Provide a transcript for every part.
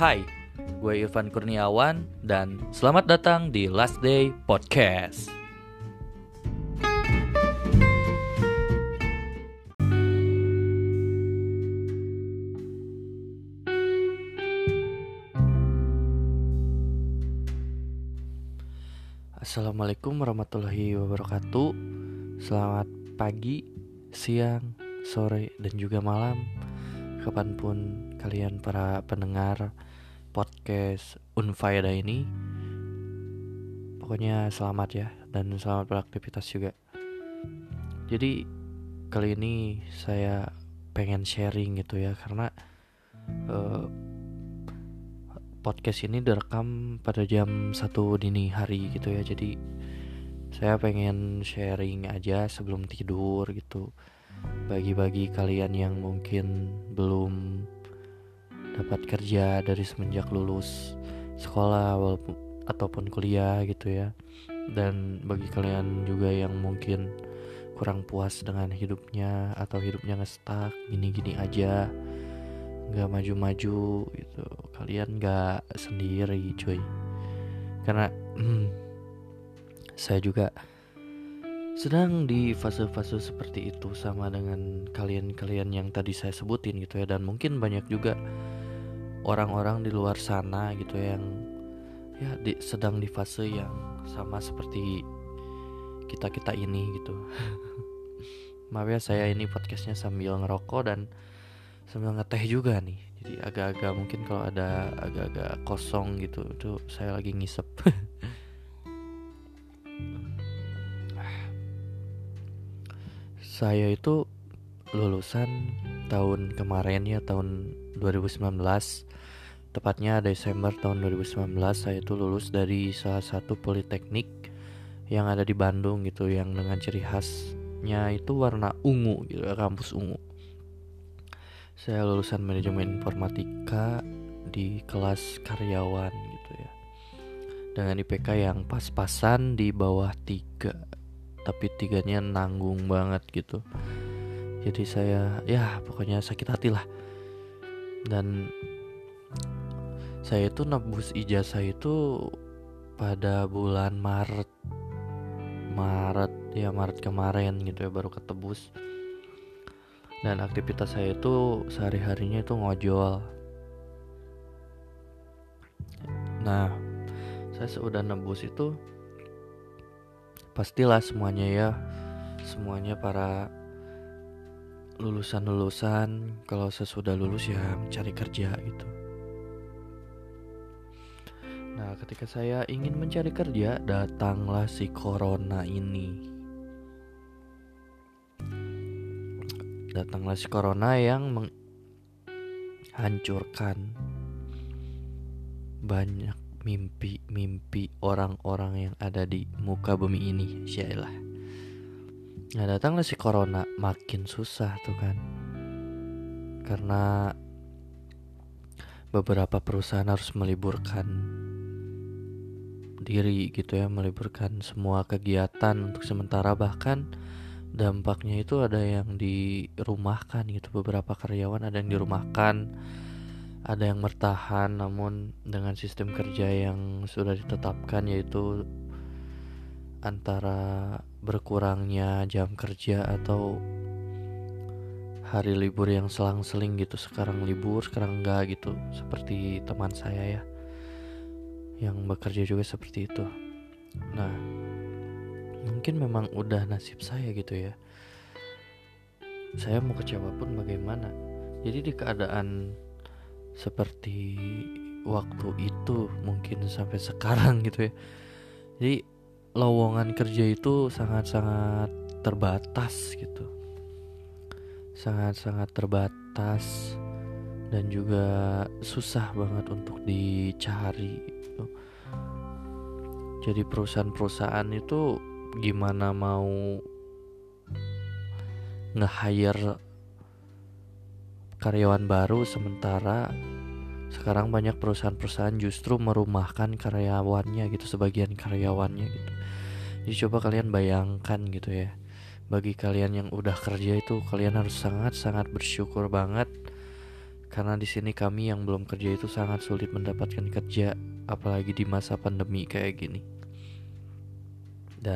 Hai, gue Irfan Kurniawan dan selamat datang di Last Day Podcast. Assalamualaikum warahmatullahi wabarakatuh. Selamat pagi, siang, sore, dan juga malam, kapanpun kalian para pendengar podcast Unfaedah ini. Pokoknya selamat ya, dan selamat beraktivitas juga. Jadi kali ini saya pengen sharing gitu ya, karena podcast ini direkam pada jam 1 dini hari gitu ya. Jadi saya pengen sharing aja sebelum tidur gitu, bagi-bagi kalian yang mungkin belum dapat kerja dari semenjak lulus sekolah ataupun kuliah gitu ya. Dan bagi kalian juga yang mungkin kurang puas dengan hidupnya atau hidupnya nge-stuck gini-gini aja, gak maju-maju gitu, kalian gak sendiri cuy. Karena saya juga sedang di fase-fase seperti itu, sama dengan kalian-kalian yang tadi saya sebutin gitu ya. Dan mungkin banyak juga orang-orang di luar sana gitu yang ya sedang di fase yang sama seperti kita ini gitu. Maaf ya, saya ini podcastnya sambil ngerokok dan sambil ngeteh juga nih. Jadi agak-agak mungkin kalau ada agak-agak kosong gitu, itu saya lagi ngisep. Saya itu lulusan tahun kemarin ya, tahun 2019. Tepatnya Desember tahun 2019 saya itu lulus dari salah satu politeknik yang ada di Bandung gitu, yang dengan ciri khasnya itu warna ungu gitu ya, kampus ungu. Saya lulusan manajemen informatika di kelas karyawan gitu ya, dengan IPK yang pas-pasan di bawah 3, tapi 3-nya nanggung banget gitu. Jadi saya ya pokoknya sakit hati lah. Dan saya itu nebus ijazah itu pada bulan Maret kemarin gitu ya, baru ketebus. Dan aktivitas saya itu sehari-harinya itu ngojol. Nah, saya sudah nebus itu pastilah semuanya para lulusan kalau sesudah lulus ya mencari kerja gitu. Nah, ketika saya ingin mencari kerja, datanglah si corona ini. Datanglah si corona yang menghancurkan banyak mimpi orang-orang yang ada di muka bumi ini. Syailah. Nah, datanglah si corona, makin susah tuh kan, karena beberapa perusahaan harus meliburkan diri gitu ya, meliburkan semua kegiatan untuk sementara. Bahkan dampaknya itu ada yang dirumahkan gitu, beberapa karyawan ada yang dirumahkan, ada yang bertahan namun dengan sistem kerja yang sudah ditetapkan, yaitu antara berkurangnya jam kerja atau hari libur yang selang-seling gitu. Sekarang libur, sekarang enggak gitu, seperti teman saya ya yang bekerja juga seperti itu. Nah, mungkin memang udah nasib saya gitu ya. Saya mau kecewa pun bagaimana. Jadi di keadaan seperti waktu itu mungkin sampai sekarang gitu ya, jadi lowongan kerja itu sangat-sangat terbatas gitu, sangat-sangat terbatas, dan juga susah banget untuk dicari gitu. Jadi perusahaan-perusahaan itu gimana mau nge-hire karyawan baru, sementara sekarang banyak perusahaan-perusahaan justru merumahkan karyawannya gitu, sebagian karyawannya gitu. Jadi coba kalian bayangkan gitu ya, bagi kalian yang udah kerja itu kalian harus sangat-sangat bersyukur banget, karena di sini kami yang belum kerja itu sangat sulit mendapatkan kerja, apalagi di masa pandemi kayak gini. Dan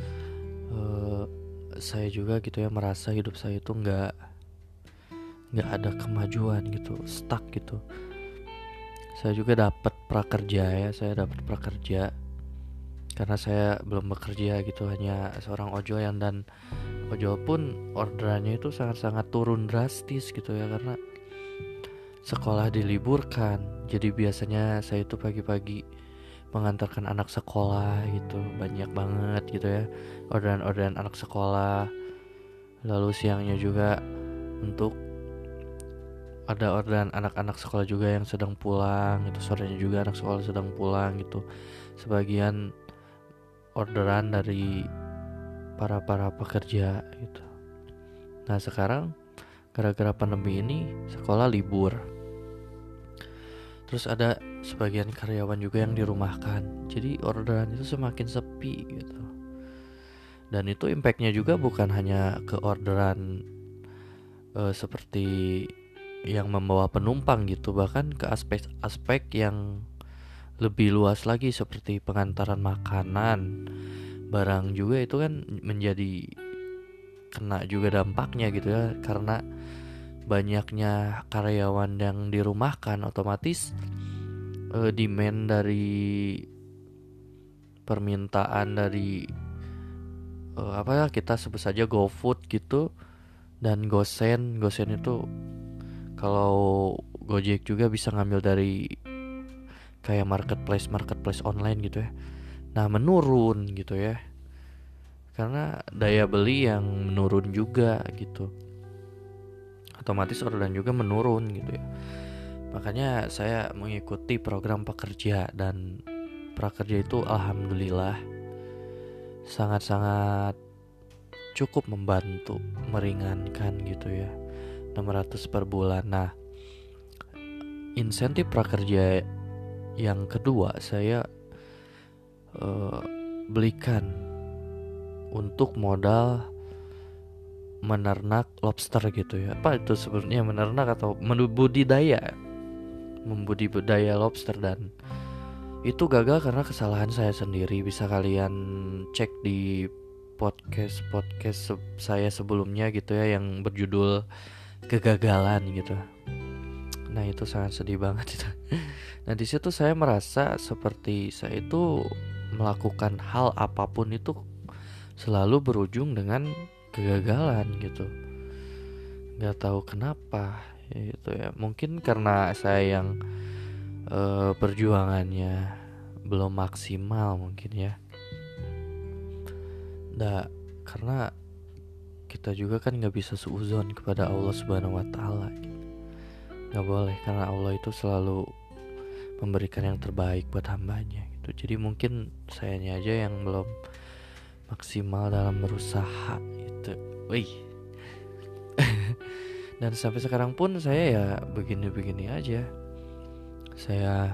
saya juga gitu ya merasa hidup saya itu nggak ada kemajuan gitu, stuck gitu. Saya juga dapat prakerja ya, saya dapat prakerja karena saya belum bekerja gitu, hanya seorang ojol dan ojol pun orderannya itu sangat-sangat turun drastis gitu ya, karena sekolah diliburkan. Jadi biasanya saya itu pagi-pagi mengantarkan anak sekolah gitu, banyak banget gitu ya orderan-orderan anak sekolah. Lalu siangnya juga untuk ada orderan anak-anak sekolah juga yang sedang pulang gitu, sorenya juga anak sekolah sedang pulang gitu. Sebagian orderan dari para pekerja gitu. Nah sekarang gara-gara pandemi ini sekolah libur, terus ada sebagian karyawan juga yang dirumahkan, jadi orderan itu semakin sepi gitu. Dan itu impactnya juga bukan hanya ke orderan seperti yang membawa penumpang gitu, bahkan ke aspek-aspek yang lebih luas lagi seperti pengantaran makanan, barang juga itu kan menjadi kena juga dampaknya gitu ya, karena banyaknya karyawan yang dirumahkan, otomatis demand dari permintaan dari kita sebut saja GoFood gitu dan Gosen itu, kalau Gojek juga bisa ngambil dari kayak marketplace online gitu ya. Nah menurun gitu ya, karena daya beli yang menurun juga gitu, otomatis orderan juga menurun gitu ya. Makanya saya mengikuti program pekerja, dan prakerja itu alhamdulillah sangat-sangat cukup membantu, meringankan gitu ya, 600 per bulan. Nah insentif prakerja yang kedua saya belikan untuk modal menernak lobster gitu ya. Apa itu sebenarnya menernak atau membudidaya lobster, dan itu gagal karena kesalahan saya sendiri. Bisa kalian cek di podcast saya sebelumnya gitu ya, yang berjudul kegagalan gitu. Nah itu sangat sedih banget itu. Nah di situ saya merasa seperti saya itu melakukan hal apapun itu selalu berujung dengan kegagalan gitu. Nggak tahu kenapa gitu ya. Mungkin karena saya yang perjuangannya belum maksimal mungkin ya. Nah karena kita juga kan nggak bisa suuzon kepada Allah Subhanahu Wa Taala. Nggak boleh, karena Allah itu selalu memberikan yang terbaik buat hambanya gitu. Jadi mungkin sayanya aja yang belum maksimal dalam berusaha gitu. Wih. Dan sampai sekarang pun saya ya begini-begini aja. Saya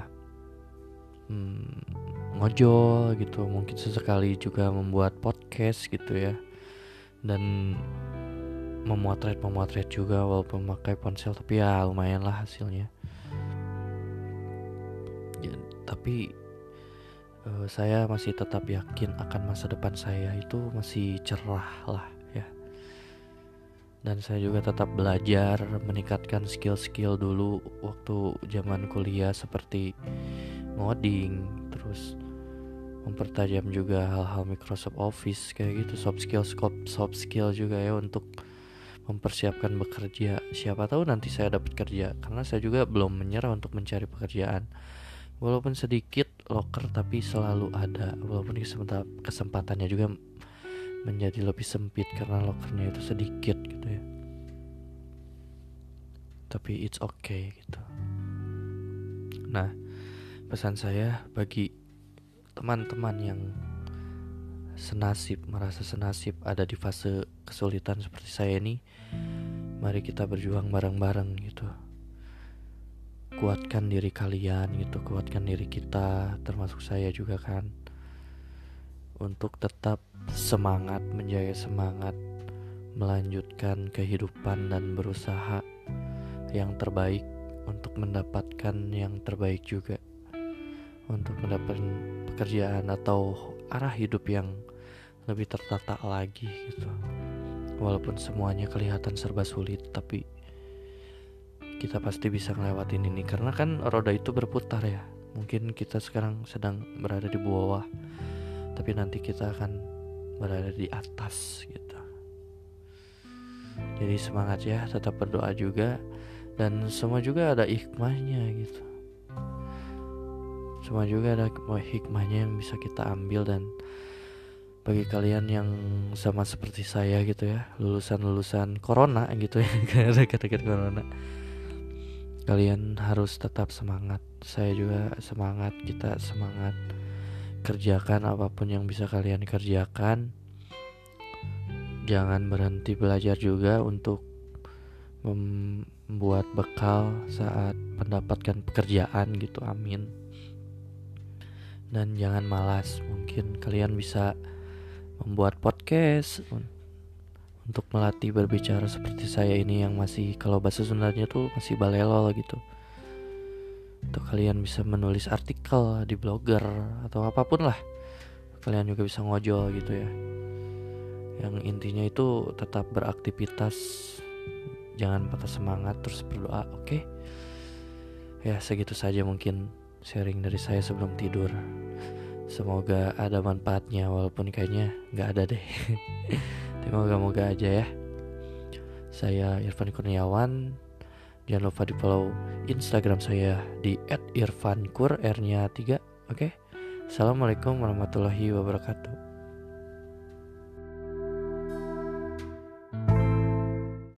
ngojol gitu, mungkin sesekali juga membuat podcast gitu ya, dan memotret juga walaupun memakai ponsel, tapi ya lumayan lah hasilnya ya. Tapi saya masih tetap yakin akan masa depan saya itu masih cerah lah ya. Dan saya juga tetap belajar meningkatkan skill-skill dulu waktu zaman kuliah, seperti ngoding, terus mempertajam juga hal-hal Microsoft Office kayak gitu, soft skill juga ya, untuk mempersiapkan bekerja. Siapa tahu nanti saya dapat kerja, karena saya juga belum menyerah untuk mencari pekerjaan. Walaupun sedikit loker, tapi selalu ada. Walaupun kesempatannya juga menjadi lebih sempit karena lokernya itu sedikit gitu ya. Tapi it's okay gitu. Nah, pesan saya bagi teman-teman yang merasa senasib ada di fase kesulitan seperti saya ini, mari kita berjuang bareng-bareng gitu. Kuatkan diri kalian gitu, kuatkan diri kita, termasuk saya juga kan, untuk tetap semangat, menjaga semangat, melanjutkan kehidupan dan berusaha yang terbaik untuk mendapatkan yang terbaik juga, untuk mendapatkan pekerjaan atau arah hidup yang lebih tertata lagi gitu. Walaupun semuanya kelihatan serba sulit, tapi kita pasti bisa ngelewatin ini karena kan roda itu berputar ya. Mungkin kita sekarang sedang berada di bawah, tapi nanti kita akan berada di atas gitu. Jadi semangat ya, tetap berdoa juga, dan semua juga ada hikmahnya gitu. Semua juga ada hikmahnya yang bisa kita ambil. Dan bagi kalian yang sama seperti saya gitu ya, lulusan corona gitu ya, gara-gara corona, kalian harus tetap semangat. Saya juga semangat, kita semangat. Kerjakan apapun yang bisa kalian kerjakan. Jangan berhenti belajar juga untuk membuat bekal saat mendapatkan pekerjaan gitu, amin. Dan jangan malas, mungkin kalian bisa membuat podcast untuk melatih berbicara seperti saya ini yang masih, kalau bahasa Sundanya tuh masih balelol gitu. Atau kalian bisa menulis artikel di blogger atau apapun lah. Kalian juga bisa ngojol gitu ya. Yang intinya itu tetap beraktivitas, jangan patah semangat, terus berdoa, oke? Ya segitu saja mungkin sharing dari saya sebelum tidur. Semoga ada manfaatnya, walaupun kayaknya gak ada deh. Moga-moga aja ya. Saya Irfan Kurniawan. Jangan lupa di follow Instagram saya di @irfankur, R-nya 3. Oke? Assalamualaikum warahmatullahi wabarakatuh.